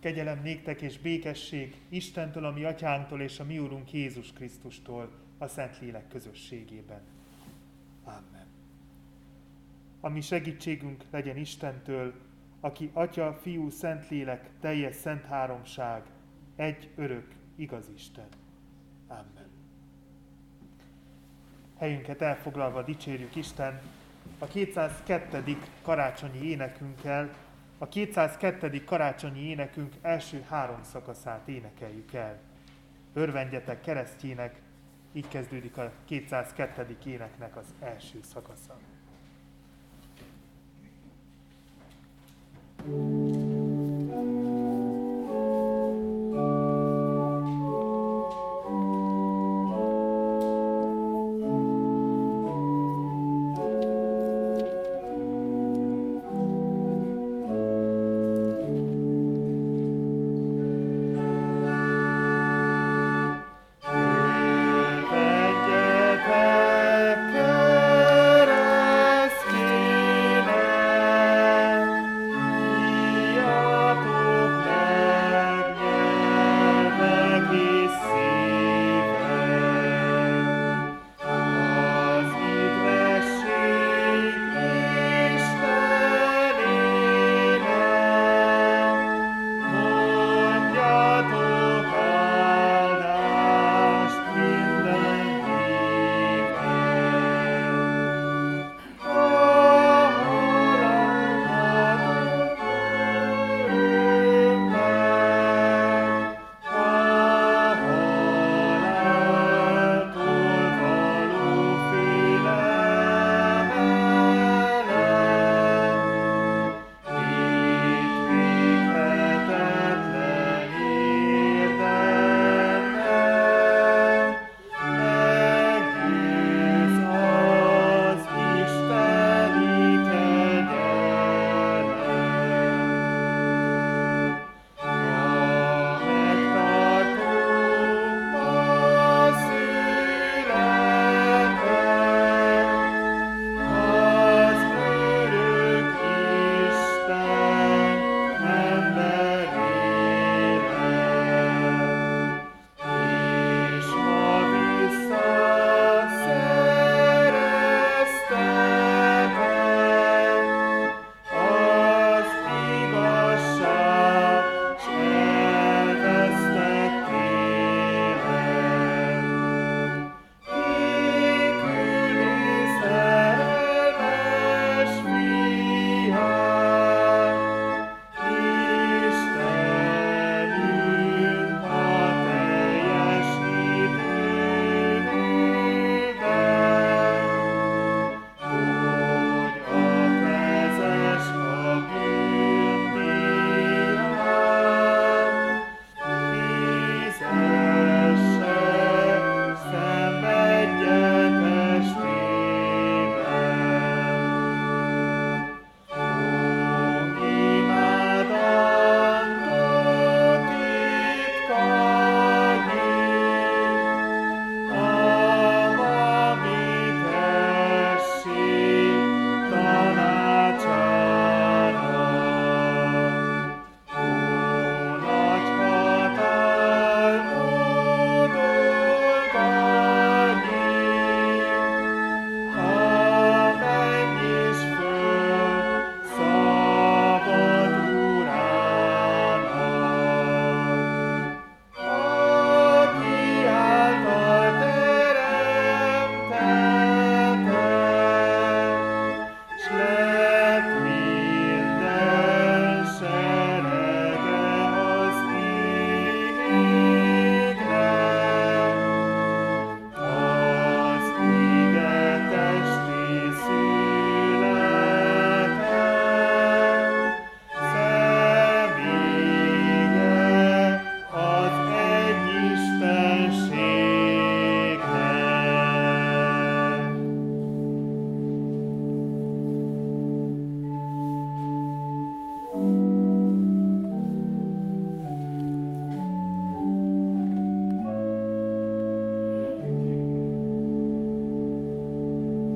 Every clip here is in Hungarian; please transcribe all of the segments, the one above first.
Kegyelem néktek és békesség Istentől, a mi atyánktól és a mi Úrunk Jézus Krisztustól a Szentlélek közösségében. Amen. A mi segítségünk legyen Istentől, aki Atya, Fiú, Szentlélek, teljes szent háromság, egy örök, igaz Isten. Amen. Helyünket elfoglalva dicsérjük Isten a 202. karácsonyi énekünkkel. A 202. karácsonyi énekünk első 3 szakaszát énekeljük el. Örvendjetek keresztjének, így kezdődik a 202. éneknek az első szakasza.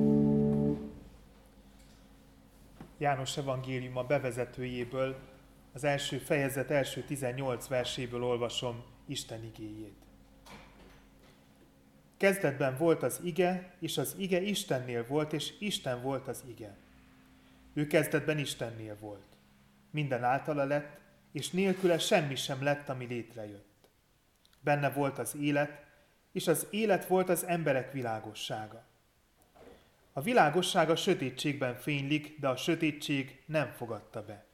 János evangéliuma bevezetőjéből Az első fejezet első 18 verséből olvasom Isten igéjét. Kezdetben volt az ige, és az ige Istennél volt, és Isten volt az ige. Ő kezdetben Istennél volt. Minden általa lett, és nélküle semmi sem lett, ami létrejött. Benne volt az élet, és az élet volt az emberek világossága. A világosság a sötétségben fénylik, de a sötétség nem fogadta be.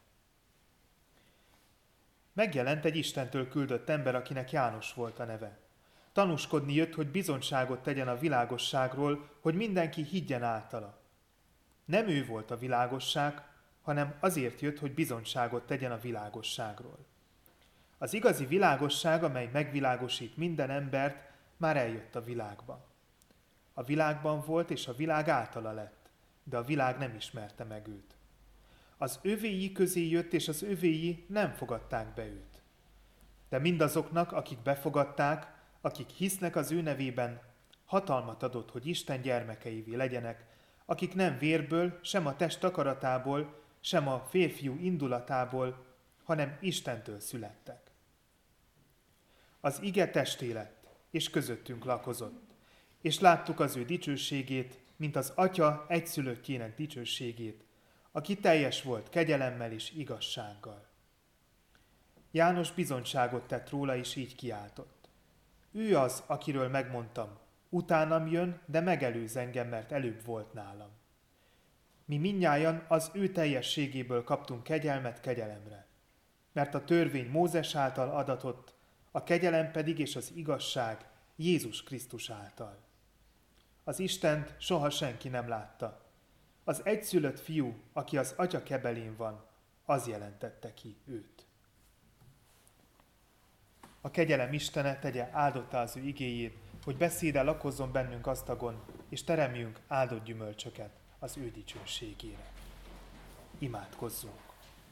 Megjelent egy Istentől küldött ember, akinek János volt a neve. Tanúskodni jött, hogy bizonyságot tegyen a világosságról, hogy mindenki higgyen általa. Nem ő volt a világosság, hanem azért jött, hogy bizonyságot tegyen a világosságról. Az igazi világosság, amely megvilágosít minden embert, már eljött a világba. A világban volt, és a világ általa lett, de a világ nem ismerte meg őt. Az övéi közé jött, és az övéi nem fogadták be őt. De mindazoknak, akik befogadták, akik hisznek az ő nevében, hatalmat adott, hogy Isten gyermekeivé legyenek, akik nem vérből, sem a test akaratából, sem a férfiú indulatából, hanem Istentől születtek. Az ige testé lett, és közöttünk lakozott, és láttuk az ő dicsőségét, mint az Atya egyszülöttjének dicsőségét, aki teljes volt kegyelemmel és igazsággal. János bizonyságot tett róla, és így kiáltott. Ő az, akiről megmondtam, utánam jön, de megelőz engem, mert előbb volt nálam. Mi mindnyájan az ő teljességéből kaptunk kegyelmet kegyelemre, mert a törvény Mózes által adatott, a kegyelem pedig és az igazság Jézus Krisztus által. Az Istent soha senki nem látta. Az egyszülött fiú, aki az Atya kebelén van, az jelentette ki őt. A kegyelem Istene tegye áldottá az ő igéjét, hogy beszéde lakozzon bennünk asztagon, és teremjünk áldott gyümölcsöket az ő dicsőségére. Imádkozzunk!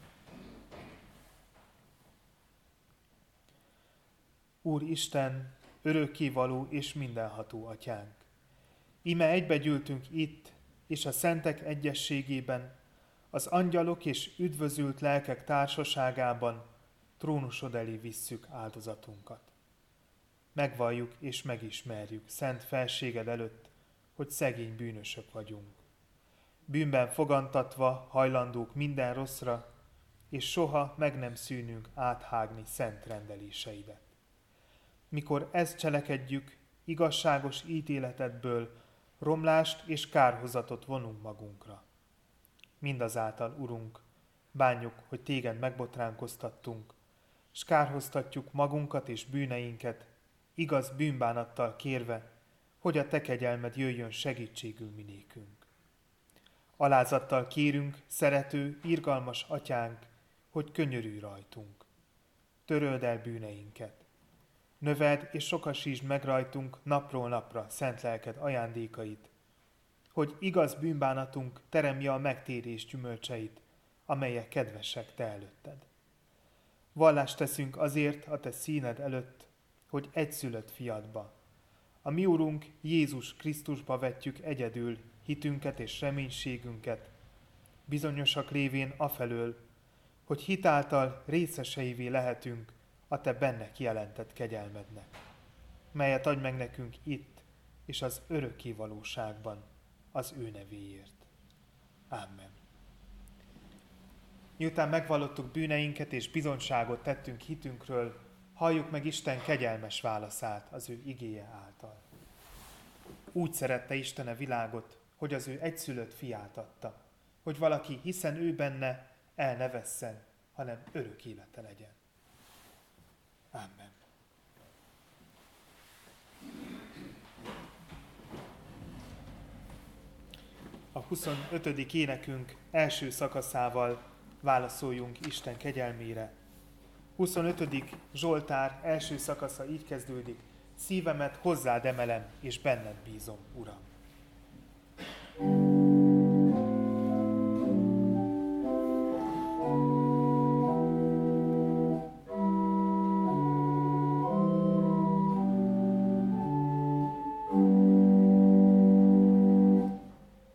Úr Isten, örökkévaló és mindenható Atyánk! Íme egybegyűltünk itt, és a szentek egyességében, az angyalok és üdvözült lelkek társaságában trónusod elé visszük áldozatunkat. Megvalljuk és megismerjük szent felséged előtt, hogy szegény bűnösök vagyunk. Bűnben fogantatva hajlandók minden rosszra, és soha meg nem szűnünk áthágni szent rendeléseidet. Mikor ezt cselekedjük, igazságos ítéletedből romlást és kárhozatot vonunk magunkra. Mindazáltal, Urunk, bánjuk, hogy téged megbotránkoztattunk, s kárhoztatjuk magunkat és bűneinket, igaz bűnbánattal kérve, hogy a te kegyelmed jöjjön segítségül minékünk. Alázattal kérünk, szerető, irgalmas Atyánk, hogy könyörülj rajtunk. Töröld el bűneinket. Növeld és sokasítsd meg rajtunk napról napra szent lelked ajándékait, hogy igaz bűnbánatunk teremje a megtérés gyümölcseit, amelyek kedvesek te előtted. Vallást teszünk azért a te színed előtt, hogy egyszülött fiadba, a mi Urunk Jézus Krisztusba vetjük egyedül hitünket és reménységünket, bizonyosak lévén afelől, hogy hitáltal részeseivé lehetünk a te benne kijelentett kegyelmednek, melyet adj meg nekünk itt és az örökké valóságban az ő nevéért. Amen. Miután megvallottuk bűneinket és bizonyságot tettünk hitünkről, halljuk meg Isten kegyelmes válaszát az ő igéje által. Úgy szerette Isten a világot, hogy az ő egyszülött fiát adta, hogy valaki, hiszen ő benne, el ne vesszen, hanem örök élete legyen. Amen. A 25. énekünk első szakaszával válaszoljunk Isten kegyelmére. 25. Zsoltár első szakasza így kezdődik: szívemet hozzád emelem, és benned bízom, Uram.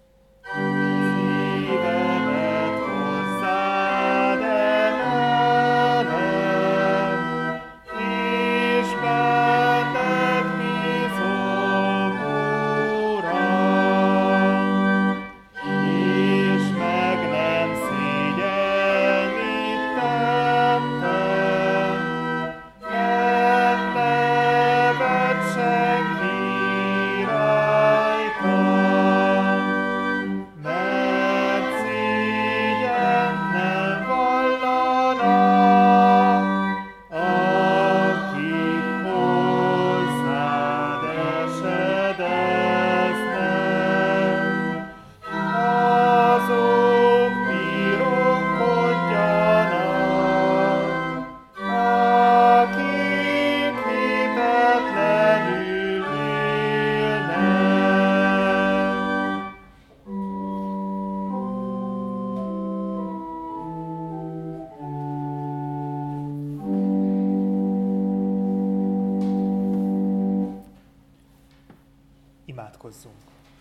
Szívemet hozzád emelem, Imádkozzunk!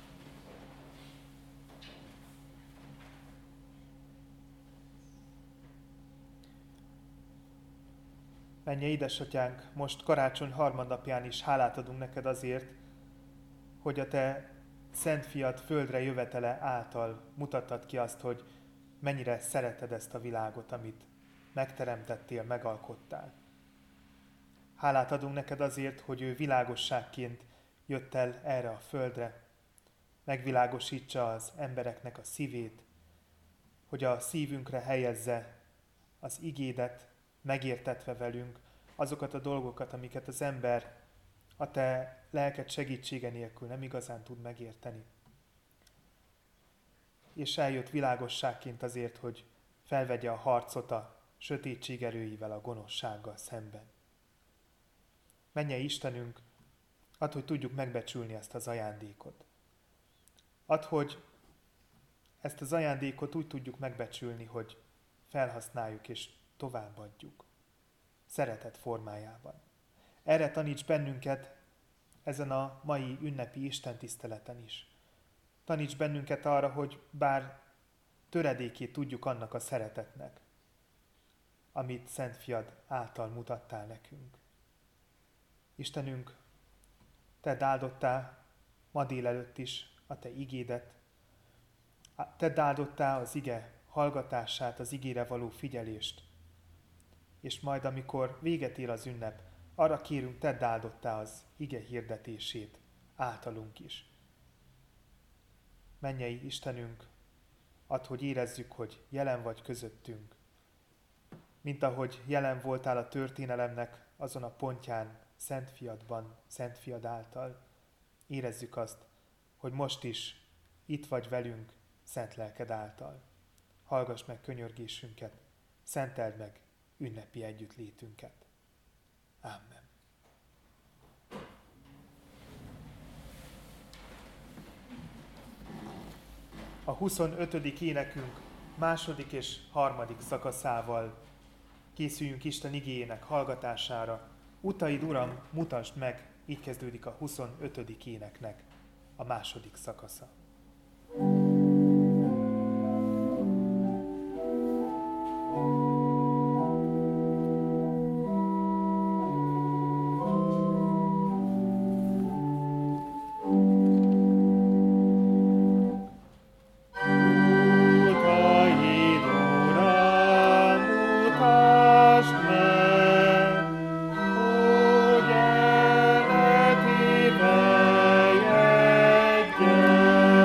Menje, édesatyánk, most karácsony harmadnapján is hálát adunk neked azért, hogy a te szent fiad földre jövetele által mutattad ki azt, hogy mennyire szereted ezt a világot, amit megteremtettél, megalkottál. Hálát adunk neked azért, hogy ő világosságként jött el erre a földre, megvilágosítsa az embereknek a szívét, hogy a szívünkre helyezze az igédet, megértetve velünk azokat a dolgokat, amiket az ember a te lelked segítsége nélkül nem igazán tud megérteni. És eljött világosságként azért, hogy felvegye a harcot a sötétség erőivel, a gonoszsággal szemben. Mennyei Istenünk, add, hogy tudjuk megbecsülni ezt az ajándékot. Add, hogy ezt az ajándékot úgy tudjuk megbecsülni, hogy felhasználjuk és továbbadjuk. Szeretet formájában. Erre taníts bennünket ezen a mai ünnepi istentiszteleten is. Taníts bennünket arra, hogy bár töredékét tudjuk annak a szeretetnek, amit Szent Fiad által mutattál nekünk. Istenünk, Tedd áldottá ma délelőtt is a Te igédet, Tedd áldottá az ige hallgatását, az igére való figyelést, és majd, amikor véget ér az ünnep, arra kérünk, tedd áldottá az ige hirdetését általunk is. Mennyei Istenünk, add, hogy érezzük, hogy jelen vagy közöttünk, mint ahogy jelen voltál a történelemnek azon a pontján, Szent Fiadban, Szent Fiad által. Érezzük azt, hogy most is itt vagy velünk, Szent Lelked által. Hallgass meg könyörgésünket, szenteld meg ünnepi együttlétünket. Amen. A 25. énekünk második és harmadik szakaszával készüljünk Isten igéjének hallgatására. Utaid, Uram, mutasd meg, így kezdődik a 25. éneknek a második szakasza. Yeah.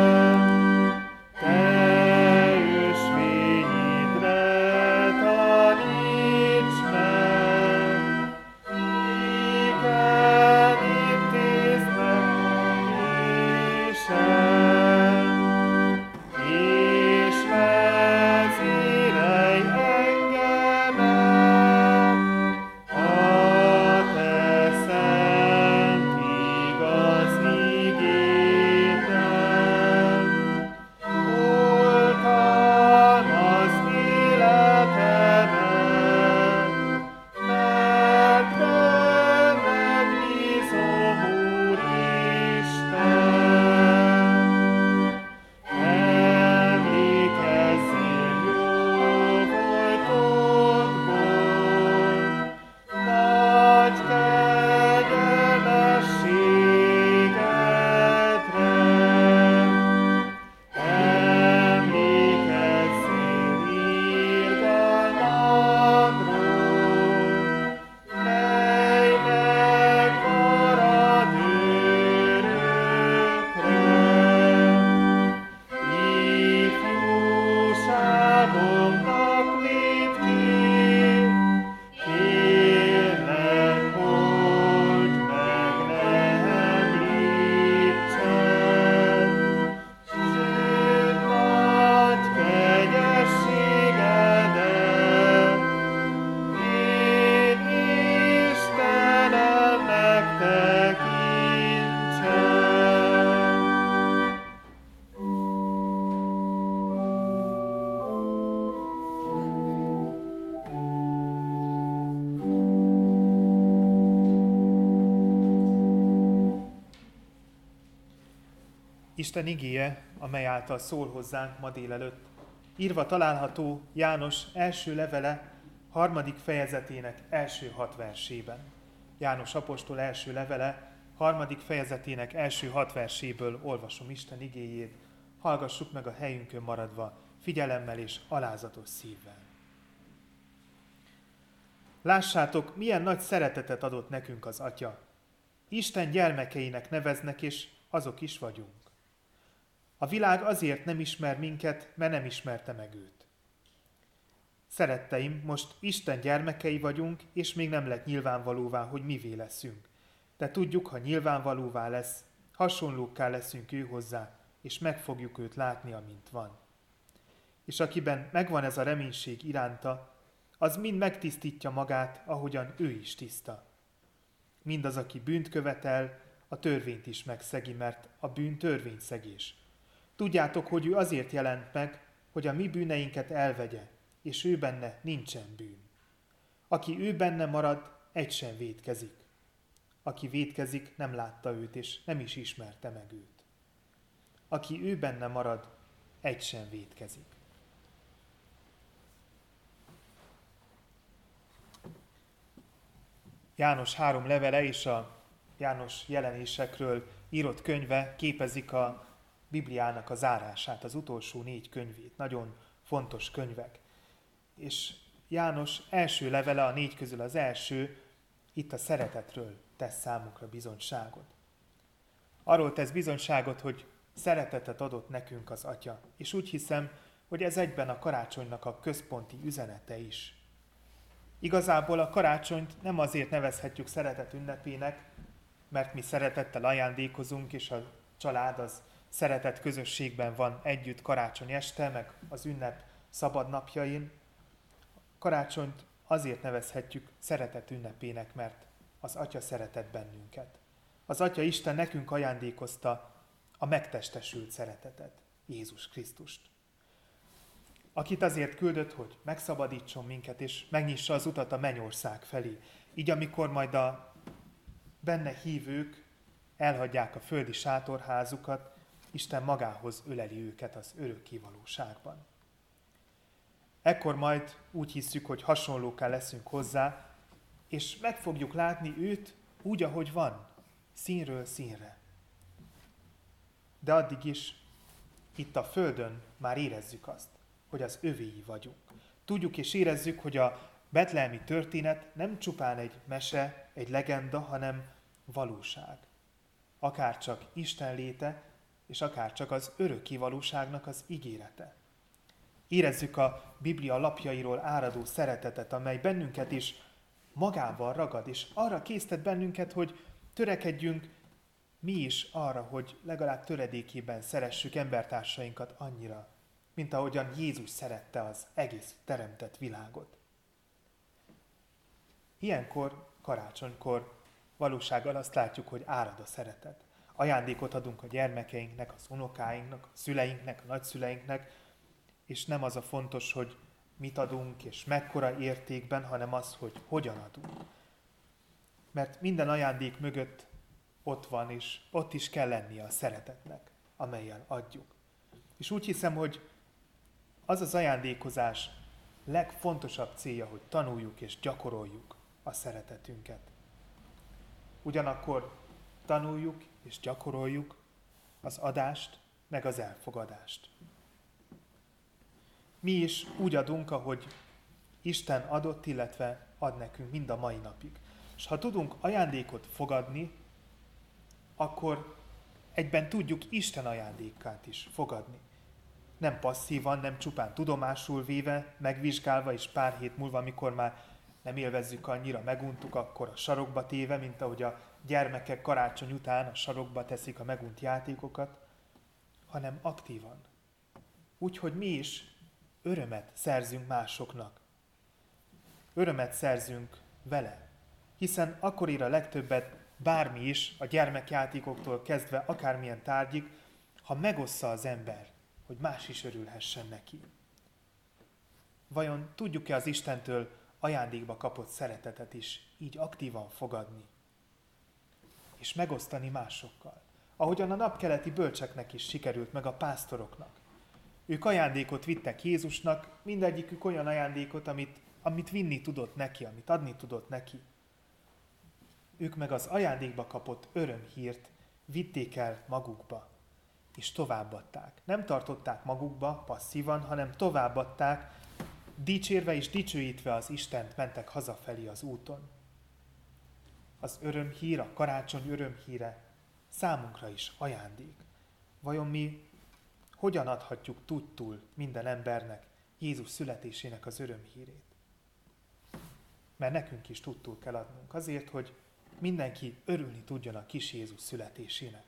Isten igéje, amely által szól hozzánk ma délelőtt, írva található János első levele 3. fejezetének első 6 versében. János apostol első levele 3. fejezetének első 6 verséből olvasom Isten igéjét, hallgassuk meg a helyünkön maradva, figyelemmel és alázatos szívvel. Lássátok, milyen nagy szeretetet adott nekünk az Atya. Isten gyermekeinek neveznek, és azok is vagyunk. A világ azért nem ismer minket, mert nem ismerte meg őt. Szeretteim, most Isten gyermekei vagyunk, és még nem lett nyilvánvalóvá, hogy mivé leszünk. De tudjuk, ha nyilvánvalóvá lesz, hasonlókká leszünk ő hozzá, és meg fogjuk őt látni, amint van. És akiben megvan ez a reménység iránta, az mind megtisztítja magát, ahogyan ő is tiszta. Mindaz, aki bűnt követel, a törvényt is megszegi, mert a bűn törvényszegés. Tudjátok, hogy ő azért jelent meg, hogy a mi bűneinket elvegye, és ő benne nincsen bűn. Aki ő benne marad, egy sem vétkezik. Aki vétkezik, nem látta őt, és nem is ismerte meg őt. Aki ő benne marad, egy sem vétkezik. János 3 levele és a János jelenésekről írott könyve képezik a Bibliának a zárását, az utolsó 4 könyvét. Nagyon fontos könyvek. És János első levele, a 4 közül az első, itt a szeretetről tesz számunkra bizonyságot. Arról tesz bizonyságot, hogy szeretetet adott nekünk az Atya. És úgy hiszem, hogy ez egyben a karácsonynak a központi üzenete is. Igazából a karácsonyt nem azért nevezhetjük szeretet ünnepének, mert mi szeretettel ajándékozunk, és a család az szeretet közösségben van együtt karácsony este, meg az ünnep szabad napjain. Karácsonyt azért nevezhetjük szeretet ünnepének, mert az Atya szeretett bennünket. Az Atya Isten nekünk ajándékozta a megtestesült szeretetet, Jézus Krisztust. Akit azért küldött, hogy megszabadítson minket, és megnyissa az utat a mennyország felé. Így amikor majd a benne hívők elhagyják a földi sátorházukat, Isten magához öleli őket az örökké valóságban. Ekkor majd úgy hisszük, hogy hasonlókká leszünk hozzá, és meg fogjuk látni őt úgy, ahogy van, színről színre. De addig is itt a földön már érezzük azt, hogy az övéi vagyunk. Tudjuk és érezzük, hogy a betlehemi történet nem csupán egy mese, egy legenda, hanem valóság. Akárcsak Isten léte, és akárcsak az örökké valóságnak az ígérete. Érezzük a Biblia lapjairól áradó szeretetet, amely bennünket is magával ragad, és arra késztet bennünket, hogy törekedjünk mi is arra, hogy legalább töredékében szeressük embertársainkat annyira, mint ahogyan Jézus szerette az egész teremtett világot. Ilyenkor, karácsonykor valósággal azt látjuk, hogy árad a szeretet. Ajándékot adunk a gyermekeinknek, az unokáinknak, a szüleinknek, a nagyszüleinknek, és nem az a fontos, hogy mit adunk és mekkora értékben, hanem az, hogy hogyan adunk. Mert minden ajándék mögött ott van, és ott is kell lennie a szeretetnek, amellyel adjuk. És úgy hiszem, hogy az az ajándékozás legfontosabb célja, hogy tanuljuk és gyakoroljuk a szeretetünket. Ugyanakkor tanuljuk és gyakoroljuk az adást, meg az elfogadást. Mi is úgy adunk, ahogy Isten adott, illetve ad nekünk mind a mai napig. És ha tudunk ajándékot fogadni, akkor egyben tudjuk Isten ajándékát is fogadni. Nem passzívan, nem csupán tudomásul véve, megvizsgálva, és pár hét múlva, amikor már nem élvezzük annyira, meguntuk, akkor a sarokba téve, mint ahogy a gyermekek karácsony után a sarokba teszik a megunt játékokat, hanem aktívan. Úgyhogy mi is örömet szerzünk másoknak. Örömet szerzünk vele, hiszen akkor ér a legtöbbet bármi is, a gyermekjátékoktól kezdve akármilyen tárgyig, ha megossza az ember, hogy más is örülhessen neki. Vajon tudjuk-e az Istentől ajándékba kapott szeretetet is így aktívan fogadni, és megosztani másokkal? ahogyan a napkeleti bölcseknek is sikerült meg a pásztoroknak. Ők ajándékot vittek Jézusnak, mindegyikük olyan ajándékot, amit vinni tudott neki, amit adni tudott neki. Ők meg az ajándékba kapott örömhírt vitték el magukba, és továbbadták. Nem tartották magukba passzívan, hanem továbbadták, dicsérve és dicsőítve az Istent mentek hazafelé az úton. Az örömhír, a karácsony örömhíre számunkra is ajándék. Vajon mi hogyan adhatjuk tudtul minden embernek Jézus születésének az örömhírét? Mert nekünk is tudtul kell adnunk azért, hogy mindenki örülni tudjon a kis Jézus születésének.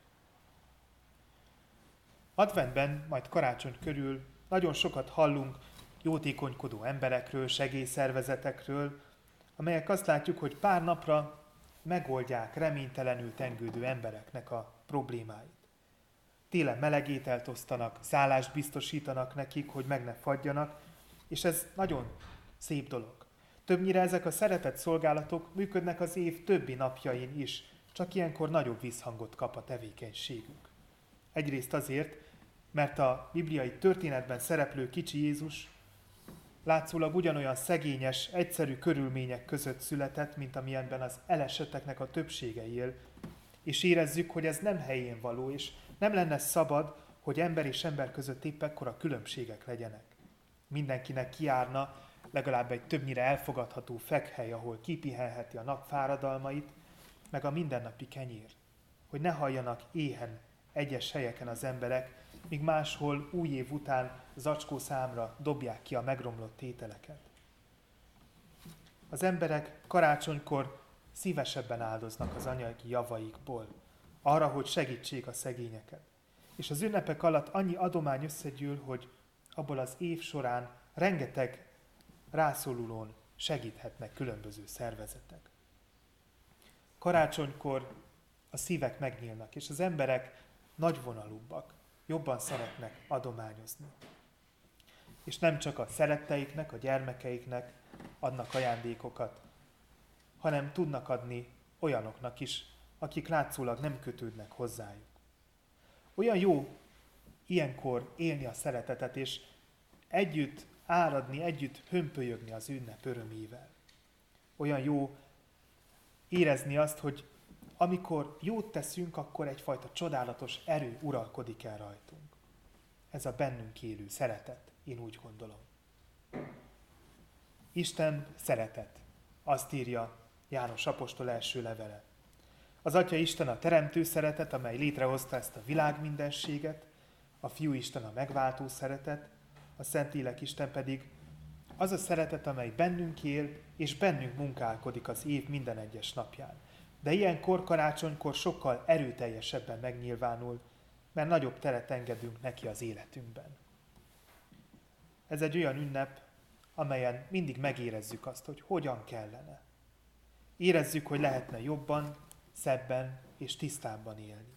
Adventben, majd karácsony körül nagyon sokat hallunk jótékonykodó emberekről, segélyszervezetekről, amelyek azt látjuk, hogy pár napra megoldják reménytelenül tengődő embereknek a problémáit. Télen meleg ételt osztanak, szállást biztosítanak nekik, hogy meg ne fagyjanak, és ez nagyon szép dolog. Többnyire ezek a szeretett szolgálatok működnek az év többi napjain is, csak ilyenkor nagyobb visszhangot kap a tevékenységük. Egyrészt azért, mert a bibliai történetben szereplő kicsi Jézus látszólag ugyanolyan szegényes, egyszerű körülmények között született, mint amilyenben az elesetteknek a többsége él, és érezzük, hogy ez nem helyén való, és nem lenne szabad, hogy ember és ember között épp ekkora különbségek legyenek. Mindenkinek kijárna legalább egy többnyire elfogadható fekhely, ahol kipihenheti a nap fáradalmait, meg a mindennapi kenyér, hogy ne halljanak éhen egyes helyeken az emberek, míg máshol új év után zacskó számra dobják ki a megromlott ételeket. Az emberek karácsonykor szívesebben áldoznak az anyagi javaikból, arra, hogy segítsék a szegényeket. És az ünnepek alatt annyi adomány összegyűl, hogy abból az év során rengeteg rászorulón segíthetnek különböző szervezetek. Karácsonykor a szívek megnyílnak, és az emberek nagyvonalúbbak, jobban szeretnek adományozni. És nem csak a szeretteiknek, a gyermekeiknek adnak ajándékokat, hanem tudnak adni olyanoknak is, akik látszólag nem kötődnek hozzájuk. Olyan jó ilyenkor élni a szeretetet, és együtt áradni, együtt hömpölyögni az ünnep örömével. Olyan jó érezni azt, hogy amikor jót teszünk, akkor egyfajta csodálatos erő uralkodik el rajtunk. Ez a bennünk élő szeretet, én úgy gondolom. Isten szeretet, azt írja János apostol első levele. Az Atya Isten a teremtő szeretet, amely létrehozta ezt a világ mindenséget, a Fiú Isten a megváltó szeretet, a Szentlélek Isten pedig az a szeretet, amely bennünk él, és bennünk munkálkodik az év minden egyes napján. De ilyenkor, karácsonykor sokkal erőteljesebben megnyilvánul, mert nagyobb teret engedünk neki az életünkben. Ez egy olyan ünnep, amelyen mindig megérezzük azt, hogy hogyan kellene. Érezzük, hogy lehetne jobban, szebben és tisztábban élni.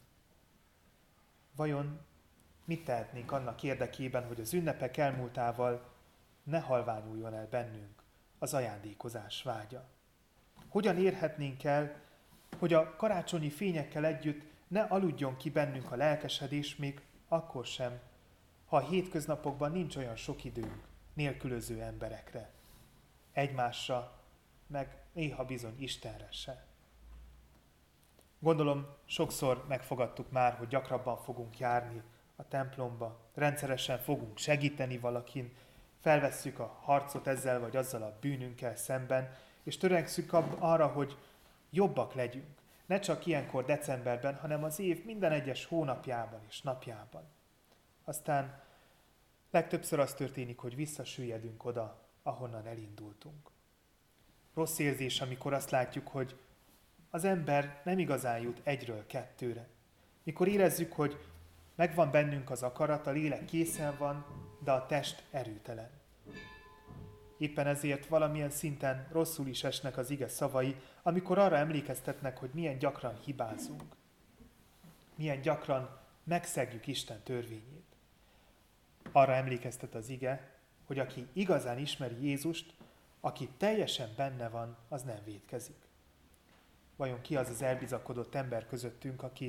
Vajon mit tehetnénk annak érdekében, hogy az ünnepek elmúltával ne halványuljon el bennünk az ajándékozás vágya? Hogyan érhetnénk el, hogy a karácsonyi fényekkel együtt ne aludjon ki bennünk a lelkesedés, még akkor sem, ha a hétköznapokban nincs olyan sok időnk nélkülöző emberekre, egymásra, meg néha bizony Istenre se. Gondolom, sokszor megfogadtuk már, hogy gyakrabban fogunk járni a templomba, rendszeresen fogunk segíteni valakin, felvesszük a harcot ezzel vagy azzal a bűnünkkel szemben, és törekszünk arra, hogy jobbak legyünk. Ne csak ilyenkor decemberben, hanem az év minden egyes hónapjában és napjában. Aztán legtöbbször az történik, hogy visszasüllyedünk oda, ahonnan elindultunk. Rossz érzés, amikor azt látjuk, hogy az ember nem igazán jut egyről kettőre. Mikor érezzük, hogy megvan bennünk az akarat, a lélek készen van, de a test erőtelen. Éppen ezért valamilyen szinten rosszul is esnek az ige szavai, amikor arra emlékeztetnek, hogy milyen gyakran hibázunk. Milyen gyakran megszegjük Isten törvényét. Arra emlékeztet az ige, hogy aki igazán ismeri Jézust, aki teljesen benne van, az nem vétkezik. Vajon ki az az elbizakodott ember közöttünk, aki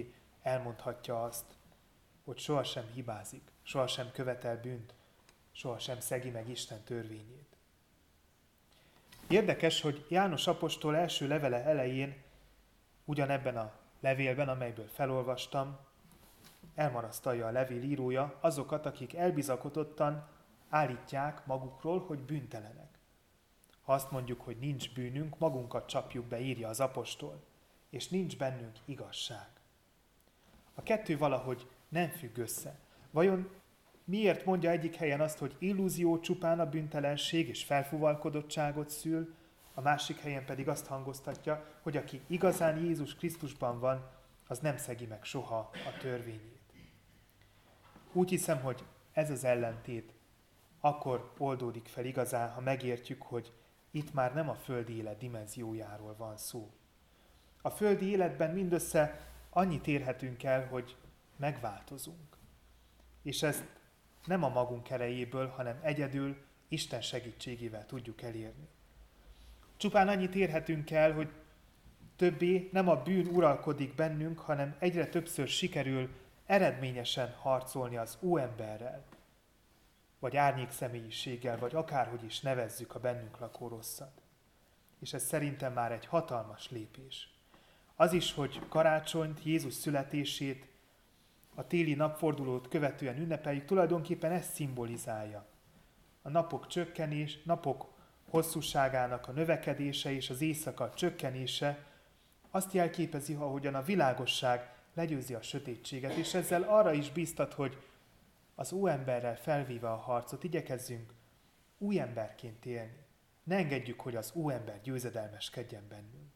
elmondhatja azt, hogy sohasem hibázik, sohasem követel bűnt, sohasem szegi meg Isten törvényét. Érdekes, hogy János apostol első levele elején, ugyanebben a levélben, amelyből felolvastam, elmarasztalja a levél írója azokat, akik elbizakodottan állítják magukról, hogy bűntelenek. Ha azt mondjuk, hogy nincs bűnünk, magunkat csapjuk be, írja az apostol, és nincs bennünk igazság. A kettő valahogy nem függ össze. Vajon miért mondja egyik helyen azt, hogy illúzió csupán a bűntelenség és felfúvalkodottságot szül, a másik helyen pedig azt hangoztatja, hogy aki igazán Jézus Krisztusban van, az nem szegi meg soha a törvényét. Úgy hiszem, hogy ez az ellentét akkor oldódik fel igazán, ha megértjük, hogy itt már nem a földi élet dimenziójáról van szó. A földi életben mindössze annyit érhetünk el, hogy megváltozunk. És ezt nem a magunk erejéből, hanem egyedül Isten segítségével tudjuk elérni. Csupán annyit érhetünk el, hogy többé nem a bűn uralkodik bennünk, hanem egyre többször sikerül eredményesen harcolni az óemberrel, vagy árnyékszemélyiséggel, vagy akárhogy is nevezzük a bennünk lakó rosszat. És ez szerintem már egy hatalmas lépés. Az is, hogy karácsonyt, Jézus születését, a téli napfordulót követően ünnepeljük, tulajdonképpen ezt szimbolizálja. A napok hosszúságának a növekedése és az éjszaka csökkenése azt jelképezi, ahogyan a világosság legyőzi a sötétséget, és ezzel arra is bíztat, hogy az óemberrel felvéve a harcot igyekezzünk új emberként élni. Ne engedjük, hogy az óember győzedelmeskedjen bennünk.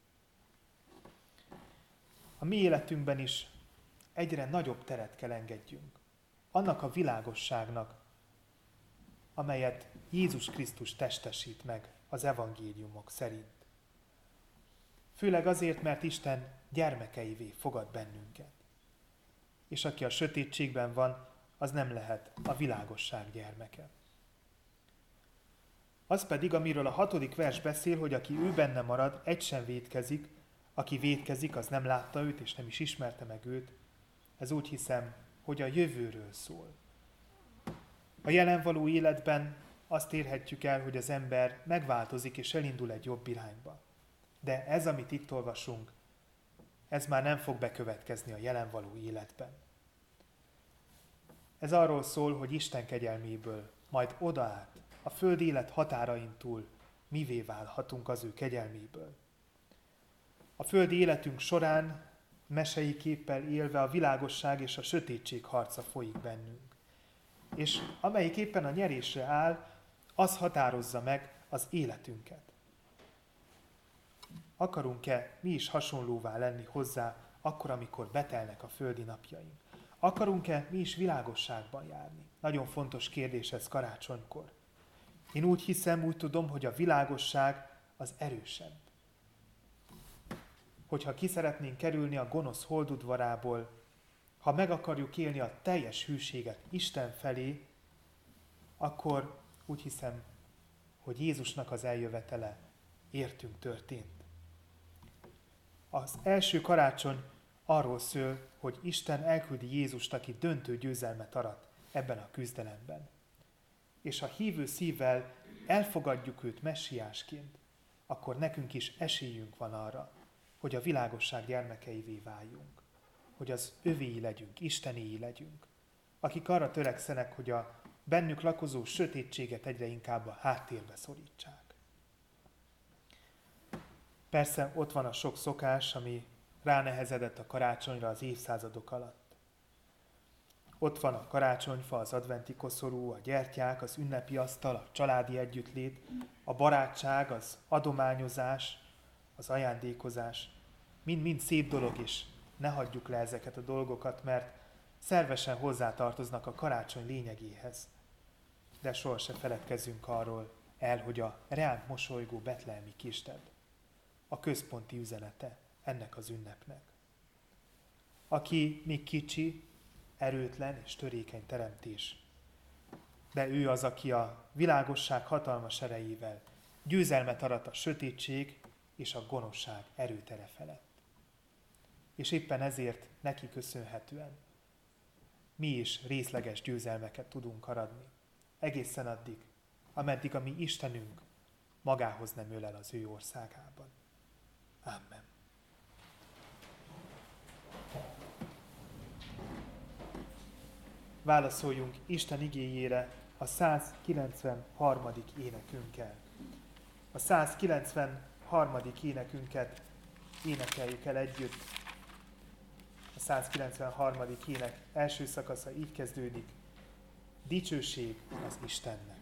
A mi életünkben is egyre nagyobb teret kell engedjünk annak a világosságnak, amelyet Jézus Krisztus testesít meg az evangéliumok szerint. Főleg azért, mert Isten gyermekeivé fogad bennünket. És aki a sötétségben van, az nem lehet a világosság gyermeke. Az pedig, amiről a 6. vers beszél, hogy aki ő benne marad, egy sem vétkezik, aki vétkezik, az nem látta őt, és nem is ismerte meg őt. Ez úgy hiszem, hogy a jövőről szól. A jelen való életben azt érhetjük el, hogy az ember megváltozik és elindul egy jobb irányba. De ez, amit itt olvasunk, ez már nem fog bekövetkezni a jelen való életben. Ez arról szól, hogy Isten kegyelméből majd odaát, a föld élet határain túl mivé válhatunk az ő kegyelméből. A földi életünk során mesei képpel élve a világosság és a sötétség harca folyik bennünk. És amelyik éppen a nyerésre áll, az határozza meg az életünket. Akarunk-e mi is hasonlóvá lenni hozzá, akkor, amikor betelnek a földi napjaink? Akarunk-e mi is világosságban járni? Nagyon fontos kérdés ez karácsonykor. Én úgy hiszem, úgy tudom, hogy a világosság az erősebb. Hogyha ki szeretnénk kerülni a gonosz holdudvarából, ha meg akarjuk élni a teljes hűséget Isten felé, akkor úgy hiszem, hogy Jézusnak az eljövetele értünk történt. Az első karácsony arról szól, hogy Isten elküldi Jézust, aki döntő győzelmet arat ebben a küzdelemben. És ha hívő szívvel elfogadjuk őt messiásként, akkor nekünk is esélyünk van arra, hogy a világosság gyermekeivé váljunk, hogy az övéi legyünk, istenéi legyünk, akik arra törekszenek, hogy a bennük lakozó sötétséget egyre inkább a háttérbe szorítsák. Persze ott van a sok szokás, ami ránehezedett a karácsonyra az évszázadok alatt. Ott van a karácsonyfa, az adventi koszorú, a gyertyák, az ünnepi asztal, a családi együttlét, a barátság, az adományozás, az ajándékozás. Mind-mind szép dolog, és ne hagyjuk le ezeket a dolgokat, mert szervesen hozzátartoznak a karácsony lényegéhez. De sohasem feledkezzünk arról el, hogy a reánk mosolygó betlehemi kisded a központi üzenete ennek az ünnepnek. Aki még kicsi, erőtlen és törékeny teremtés, de ő az, aki a világosság hatalmas erejével győzelmet arat a sötétség és a gonoszság erőtere felett. és éppen ezért neki köszönhetően mi is részleges győzelmeket tudunk aratni. Egészen addig, ameddig a mi Istenünk magához nem ölel az ő országában. Amen. Válaszoljunk Isten igéjére a 193. énekünkkel. A 193. énekünket énekeljük el együtt. A 193. ének első szakasza így kezdődik. Dicsőség az Istennek.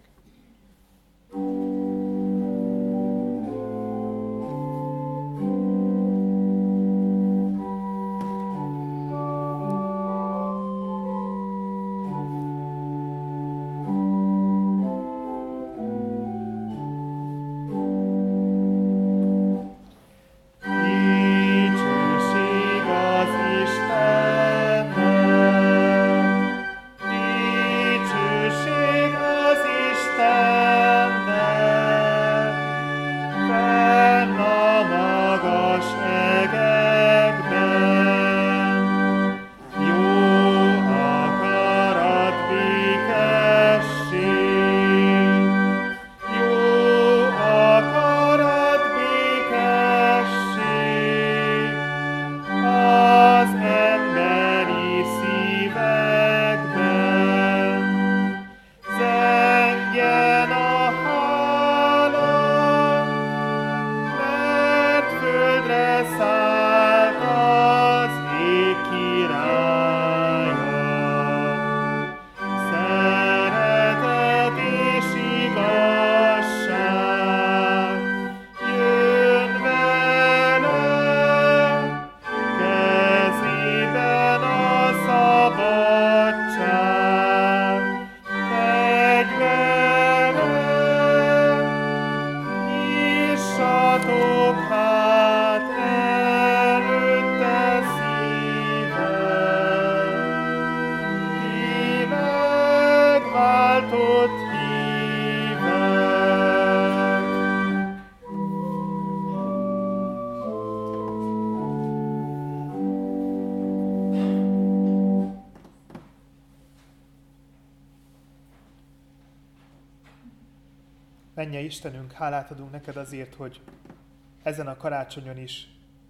Mennyei Istenünk, hálát adunk neked azért, hogy ezen a karácsonyon is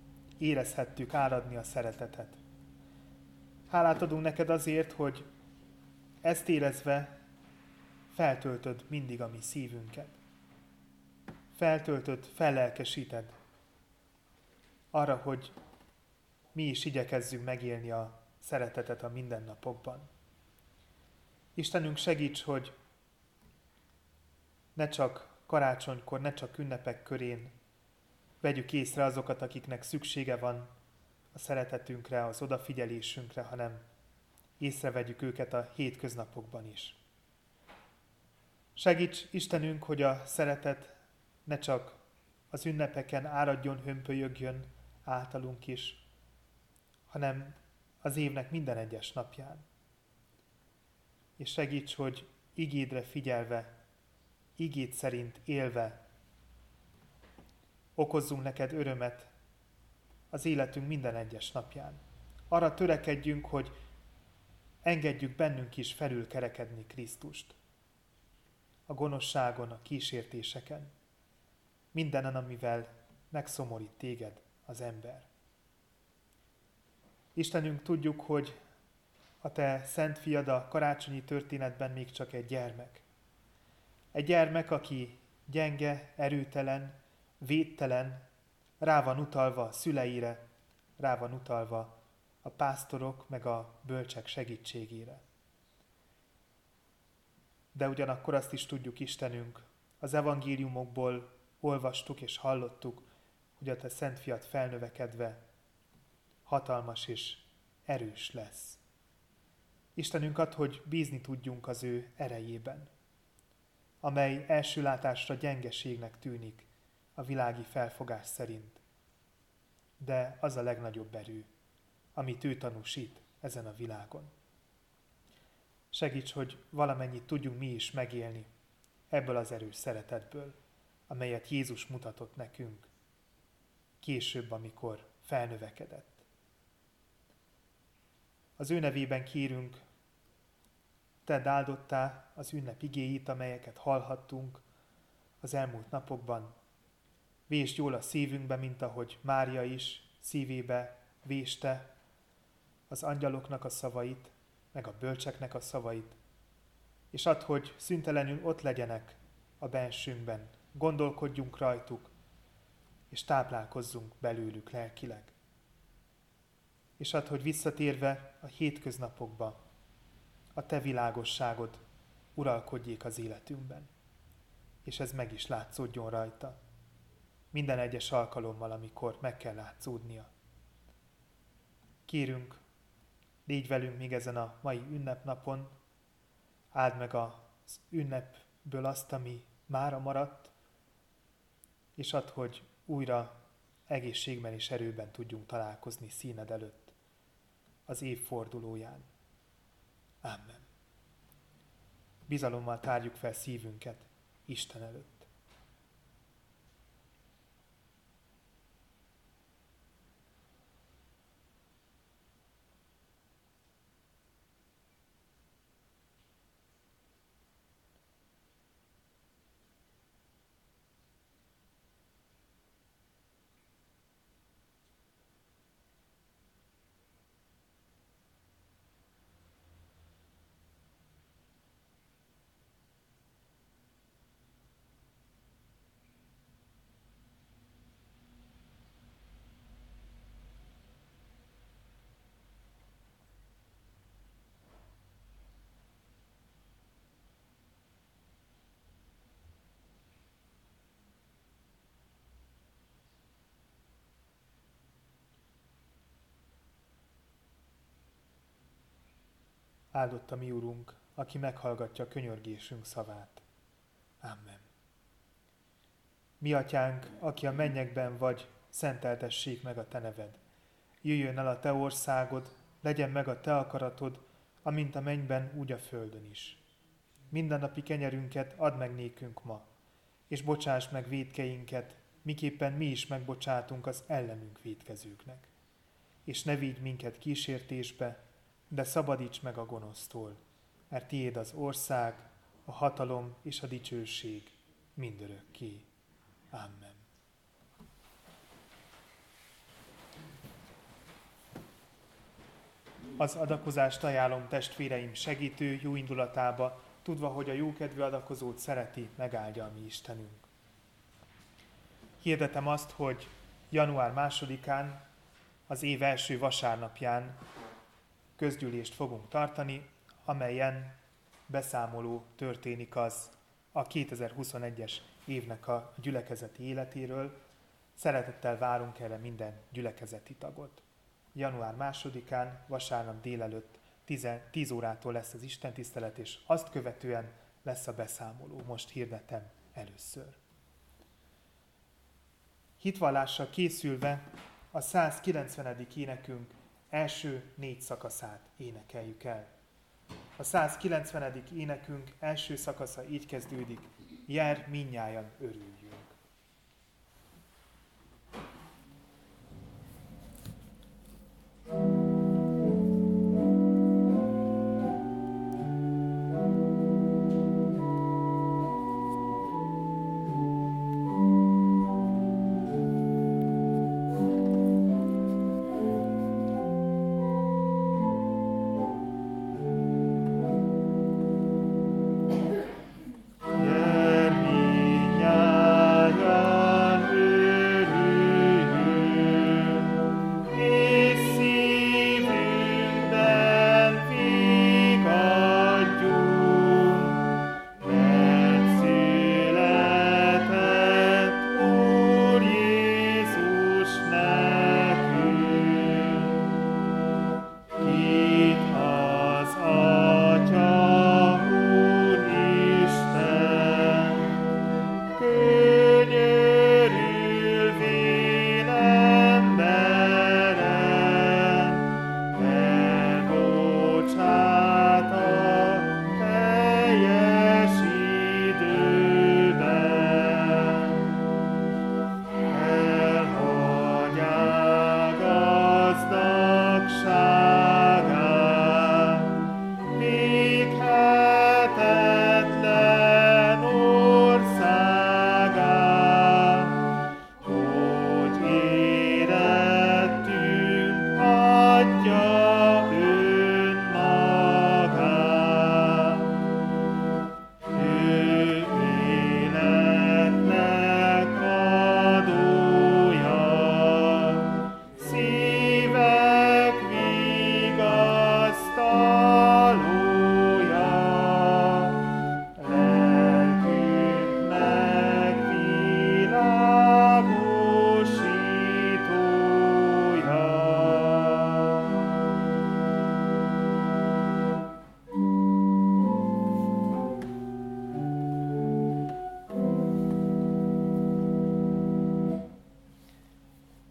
érezhettük áradni a szeretetet. Hálát adunk neked azért, hogy ezt érezve feltöltöd mindig a mi szívünket. Feltöltöd, fellelkesíted arra, hogy mi is igyekezzünk megélni a szeretetet a mindennapokban. Istenünk, segíts, hogy ne csak karácsonykor, ne csak ünnepek körén vegyük észre azokat, akiknek szüksége van a szeretetünkre, az odafigyelésünkre, hanem észrevegyük őket a hétköznapokban is. Segíts, Istenünk, hogy a szeretet ne csak az ünnepeken áradjon, hömpölyögjön általunk is, hanem az évnek minden egyes napján. És segíts, hogy igédre figyelve, igéd szerint élve okozzunk neked örömet az életünk minden egyes napján. Arra törekedjünk, hogy engedjük bennünk is felülkerekedni Krisztust. A gonoszságon, a kísértéseken, mindenen, amivel megszomorít téged az ember. Istenünk, tudjuk, hogy a te szent fiad a karácsonyi történetben még csak egy gyermek. Egy gyermek, aki gyenge, erőtelen, védtelen, rá van utalva a szüleire, rá van utalva a pásztorok meg a bölcsek segítségére. De ugyanakkor azt is tudjuk, Istenünk, az evangéliumokból olvastuk és hallottuk, hogy a te szent fiad felnövekedve hatalmas és erős lesz. Istenünk, add, hogy bízni tudjunk az ő erejében, amely első látásra gyengeségnek tűnik a világi felfogás szerint. De az a legnagyobb erő, amit ő tanúsít ezen a világon. Segíts, hogy valamennyit tudjunk mi is megélni ebből az erős szeretetből, amelyet Jézus mutatott nekünk később, amikor felnövekedett. Az ő nevében kérünk, tedd áldottá az ünnep igéit, amelyeket hallhattunk az elmúlt napokban. Vésd jól a szívünkbe, mint ahogy Mária is szívébe véste az angyaloknak a szavait, meg a bölcseknek a szavait. És add, hogy szüntelenül ott legyenek a bensünkben, gondolkodjunk rajtuk, és táplálkozzunk belőlük lelkileg. És add, hogy visszatérve a hétköznapokba, a te világosságod uralkodjék az életünkben. És ez meg is látszódjon rajta. Minden egyes alkalommal, amikor meg kell látszódnia. Kérünk, légy velünk még ezen a mai ünnepnapon, áld meg az ünnepből azt, ami mára maradt, és add, hogy újra egészségben és erőben tudjunk találkozni színed előtt az évfordulóján. Amen. Bizalommal tárjuk fel szívünket Isten előtt. Áldott a mi Urunk, aki meghallgatja könyörgésünk szavát. Amen. Mi atyánk, aki a mennyekben vagy, szenteltessék meg a te neved. Jöjjön el a te országod, legyen meg a te akaratod, amint a mennyben, úgy a földön is. Mindennapi kenyerünket add meg nékünk ma, és bocsáss meg vétkeinket, miképpen mi is megbocsátunk az ellenünk vétkezőknek. És ne vigy minket kísértésbe, de szabadíts meg a gonosztól, mert tiéd az ország, a hatalom és a dicsőség mindörökké. Amen. Az adakozást ajánlom testvéreim segítő jó indulatába, tudva, hogy a jókedvű adakozót szereti, megáldja a mi Istenünk. Hirdetem azt, hogy január 2-án, az év első vasárnapján közgyűlést fogunk tartani, amelyen beszámoló történik az a 2021-es évnek a gyülekezeti életéről. Szeretettel várunk erre minden gyülekezeti tagot. Január 2-án, vasárnap délelőtt 10 órától lesz az istentisztelet, és azt követően lesz a beszámoló. Most hirdetem először. Hitvallással készülve a 190. énekünk első 4 szakaszát énekeljük el. A 190. énekünk első szakasza így kezdődik: jár, mindnyájan örüljünk. Jár, mindnyájan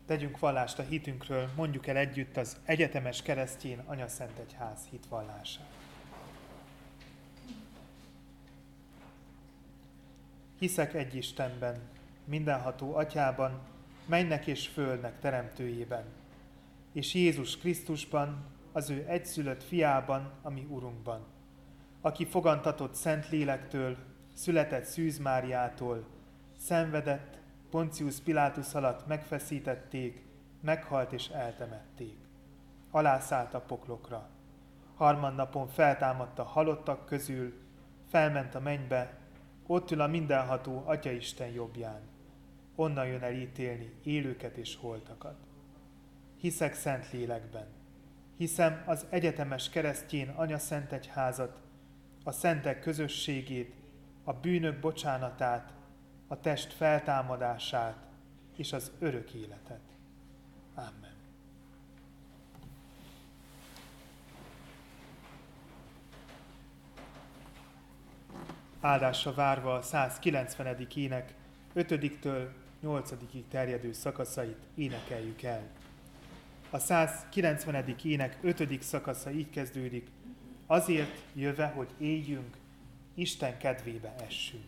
Tegyünk vallást a hitünkről, mondjuk el együtt az egyetemes keresztény anyaszentegyház hitvallását. Hiszek egy Istenben, mindenható Atyában, mennek és földnek teremtőjében, és Jézus Krisztusban, az ő egyszülött fiában, a mi Urunkban, aki fogantatott Szent Lélektől, született Szűz Máriától, szenvedett, Poncius Pilátus alatt megfeszítették, meghalt és eltemették. Alászállt a poklokra. Harmadnapon feltámadt a halottak közül, felment a mennybe, ott ül a mindenható Atyaisten jobbján. Onnan jön el ítélni élőket és holtakat. Hiszek Szent Lélekben. Hiszem az egyetemes keresztény anyaszentegyházat, a szentek közösségét, a bűnök bocsánatát, a test feltámadását és az örök életet. Amen. Áldásra várva a 190. ének 5-től 8-ig terjedő szakaszait énekeljük el. A 190. ének 5. szakasza így kezdődik: azért jöve, hogy éljünk, Isten kedvébe essünk.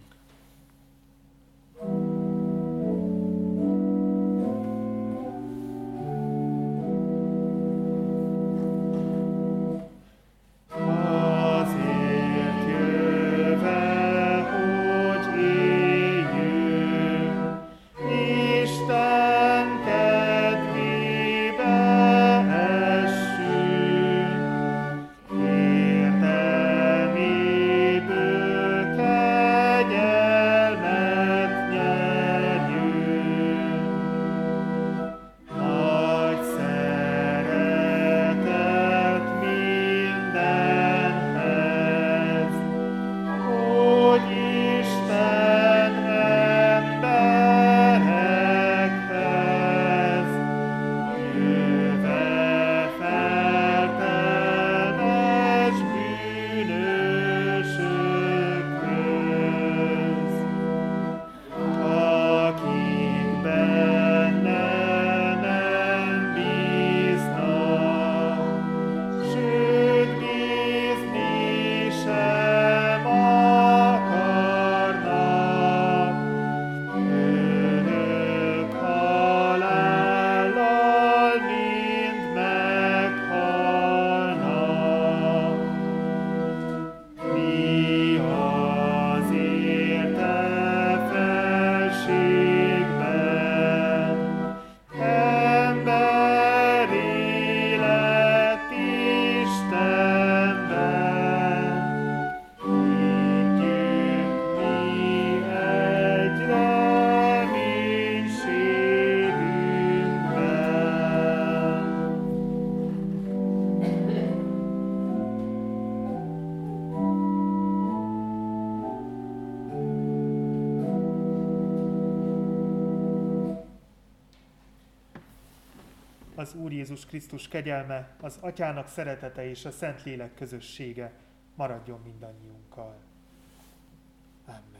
Az Úr Jézus Krisztus kegyelme, az Atyának szeretete és a Szentlélek közössége maradjon mindannyiunkkal. Amen.